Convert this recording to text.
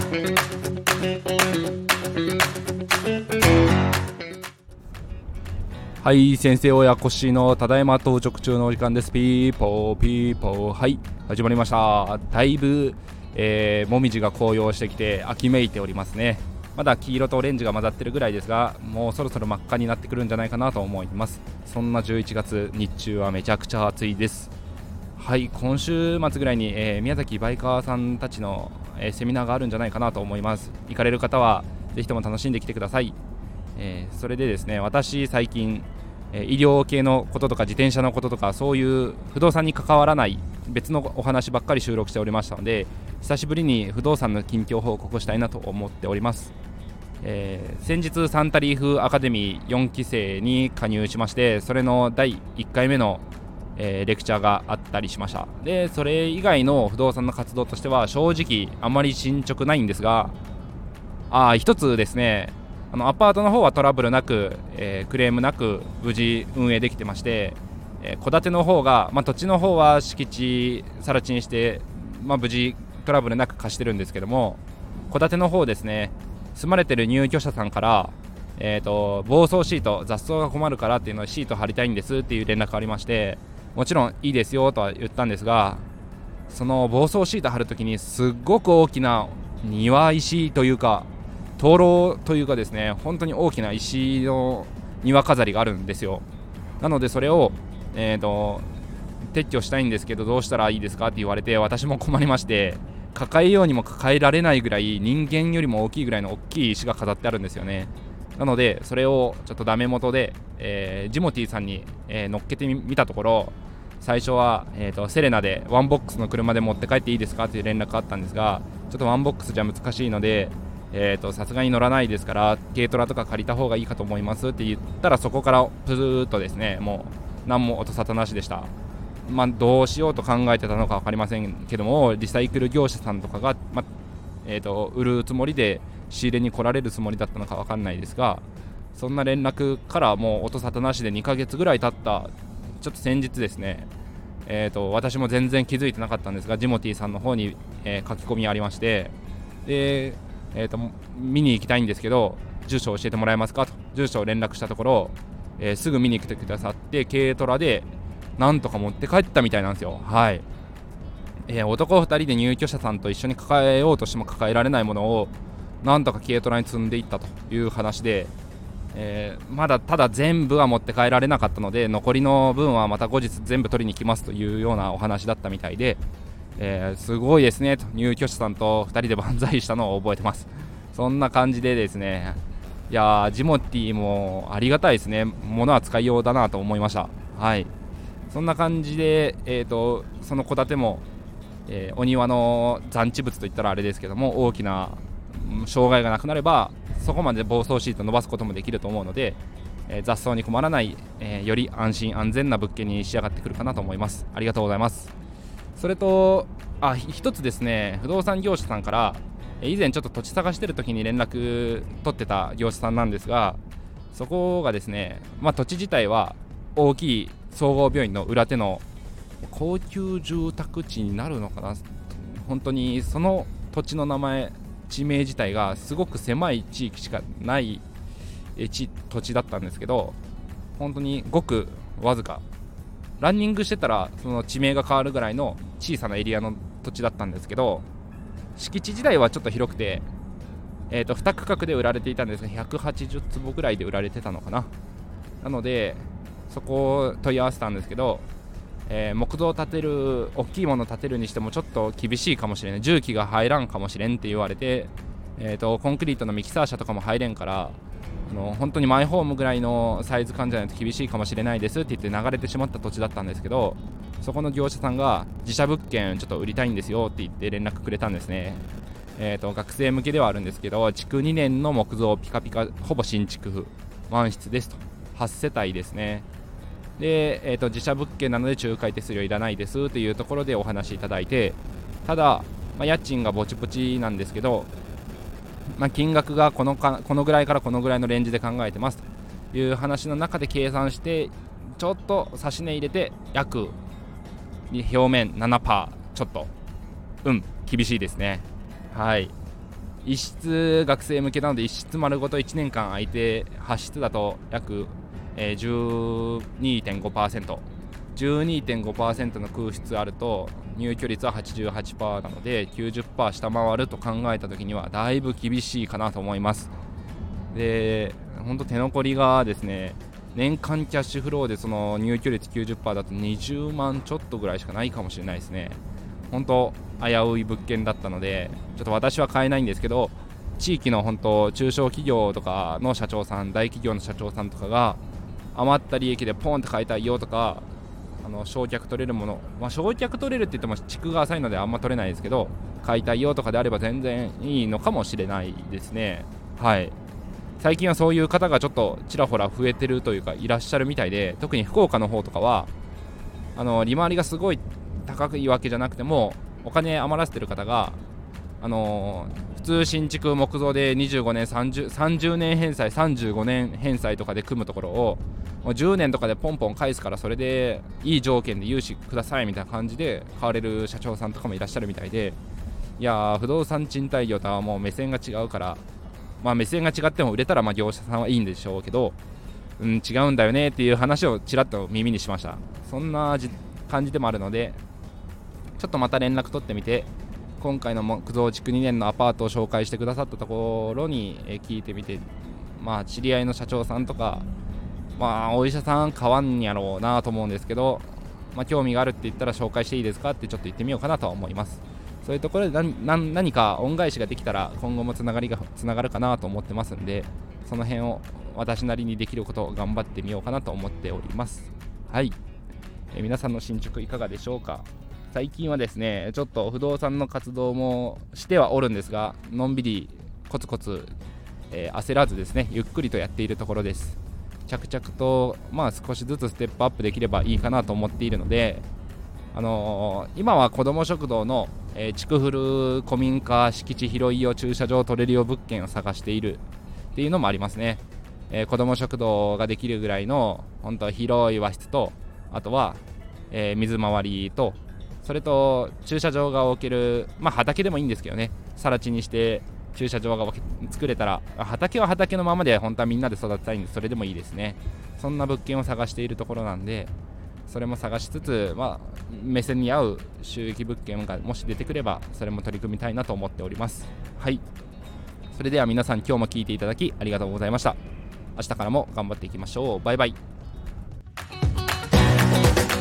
はい、先生親子しのただいま到着中のお時間です。ピーポーピーポー。はい、始まりました。だいぶ、もみじが紅葉してきて秋めいておりますね。まだ黄色とオレンジが混ざってるぐらいですが、もうそろそろ真っ赤になってくるんじゃないかなと思います。そんな11月、日中はめちゃくちゃ暑いです。はい、今週末ぐらいに、宮崎バイカーさんたちの、セミナーがあるんじゃないかなと思います。行かれる方はぜひとも楽しんできてください。それでですね、私最近、医療系のこととか自転車のこととか、そういう不動産に関わらない別のお話ばっかり収録しておりましたので、久しぶりに不動産の近況報告をしたいなと思っております。先日サンタリーフアカデミー4期生に加入しまして、それの第1回目の、レクチャーがあったりしました。でそれ以外の不動産の活動としては正直あまり進捗ないんですが、一つですね、アパートの方はトラブルなく、クレームなく無事運営できてまして、戸建ての方が、土地の方は敷地更地にして、無事トラブルなく貸してるんですけども、戸建ての方ですね、住まれてる入居者さんから、防草シート、雑草が困るからっていうのをシート貼りたいんですっていう連絡がありまして、もちろんいいですよとは言ったんですが、その防草シート貼るときにすっごく大きな庭石というか灯籠というかですね、本当に大きな石の庭飾りがあるんですよ。なのでそれを、撤去したいんですけどどうしたらいいですかって言われて、私も困りまして、抱えようにも抱えられないぐらい、人間よりも大きいぐらいの大きい石が飾ってあるんですよね。なのでそれをちょっとダメ元で、ジモティさんに、乗っけてみたところ、最初は、セレナでワンボックスの車で持って帰っていいですかっていう連絡があったんですが、ちょっとワンボックスじゃ難しいので、さすがに乗らないですから軽トラとか借りた方がいいかと思いますって言ったら、そこからプズーっとですね、もう何も音沙汰なしでした。どうしようと考えてたのか分かりませんけども、リサイクル業者さんとかが、売るつもりで仕入れに来られるつもりだったのか分かんないですが、そんな連絡からもう音沙汰なしで2ヶ月ぐらい経ったちょっと先日ですね、私も全然気づいてなかったんですが、ジモティさんの方に、書き込みありまして、で、見に行きたいんですけど住所を教えてもらえますかと住所を連絡したところ、すぐ見に来てくださって軽トラでなんとか持って帰ったみたいなんですよ。はい。男2人で入居者さんと一緒に抱えようとしても抱えられないものをなんとか軽トラに積んでいったという話で、まだただ全部は持って帰られなかったので、残りの分はまた後日全部取りに来ますというようなお話だったみたいで、すごいですねと入居者さんと2人で万歳したのを覚えてます。そんな感じでですね、いやジモティもありがたいですね。物は使いようだなと思いました。はい。そんな感じで、その戸建ても、お庭の残地物といったらあれですけども、大きな障害がなくなればそこまで防草シート伸ばすこともできると思うので、雑草に困らない、より安心安全な物件に仕上がってくるかなと思います。ありがとうございます。それと一つですね、不動産業者さんから以前ちょっと土地探してる時に連絡取ってた業者さんなんですが、そこがですね、土地自体は大きい総合病院の裏手の高級住宅地になるのかな。本当にその土地の名前、地名自体がすごく狭い地域しかない土地だったんですけど、本当にごくわずかランニングしてたらその地名が変わるぐらいの小さなエリアの土地だったんですけど、敷地自体はちょっと広くて、2区画で売られていたんですが180坪ぐらいで売られてたのかな。なのでそこを問い合わせたんですけど、木造を建てる、大きいものを建てるにしてもちょっと厳しいかもしれない、重機が入らんかもしれんって言われて、コンクリートのミキサー車とかも入れんから、本当にマイホームぐらいのサイズ感じゃないと厳しいかもしれないですって言って流れてしまった土地だったんですけど、そこの業者さんが自社物件ちょっと売りたいんですよって言って連絡くれたんですね。学生向けではあるんですけど、築2年の木造ピカピカほぼ新築風満室ですと、8世帯ですね。で、自社物件なので仲介手数料いらないですというところでお話しいただいて、ただ、家賃がぼちぼちなんですけど、金額がこのぐらいからこのぐらいのレンジで考えてますという話の中で計算して、ちょっと差し値入れて約表面 7% ちょっと厳しいですね。はい。 1室学生向けなので1室丸ごと1年間空いて8室だと約、12.5%、12.5% の空室あると入居率は 88% なので 90% 下回ると考えた時にはだいぶ厳しいかなと思います。で、本当手残りがですね、年間キャッシュフローでその入居率 90% だと20万ちょっとぐらいしかないかもしれないですね。本当危うい物件だったので、ちょっと私は買えないんですけど、地域の本当中小企業とかの社長さん、大企業の社長さんとかが余った利益でポンって買いたいよとか、焼却取れるもの、焼却取れるって言っても築が浅いのであんま取れないですけど、買いたいよとかであれば全然いいのかもしれないですね。はい、最近はそういう方がちょっとちらほら増えてるというかいらっしゃるみたいで、特に福岡の方とかは利回りがすごい高いわけじゃなくてもお金余らせてる方が普通新築木造で25年30年返済35年返済とかで組むところをもう10年とかでポンポン返すから、それでいい条件で融資くださいみたいな感じで買われる社長さんとかもいらっしゃるみたいで、いやー、不動産賃貸業とはもう目線が違うから、目線が違っても売れたら業者さんはいいんでしょうけど、違うんだよねっていう話をちらっと耳にしました。そんな感じでもあるので、ちょっとまた連絡取ってみて、今回の木造築2年のアパートを紹介してくださったところに聞いてみて、知り合いの社長さんとか、お医者さん買わんやろうなと思うんですけど、興味があるって言ったら紹介していいですかってちょっと言ってみようかなとは思います。そういうところで何か恩返しができたら今後もつながるかなと思ってますんで、その辺を私なりにできることを頑張ってみようかなと思っております。はい、皆さんの進捗いかがでしょうか。最近はですね、ちょっと不動産の活動もしてはおるんですが、のんびりコツコツ、焦らずですね、ゆっくりとやっているところです。着々と少しずつステップアップできればいいかなと思っているので、今は子ども食堂の、築古古民家敷地広いよ駐車場取れるよ物件を探しているっていうのもありますね。子ども食堂ができるぐらいの本当は広い和室と、あとは、水回りと、それと駐車場が置ける、畑でもいいんですけどね、更地にして駐車場が作れたら、畑は畑のままで本当はみんなで育てたいんで、それでもいいですね。そんな物件を探しているところなんで、それも探しつつ、目線に合う収益物件がもし出てくれば、それも取り組みたいなと思っております。はい、それでは皆さん、今日も聞いていただきありがとうございました。明日からも頑張っていきましょう。バイバイ。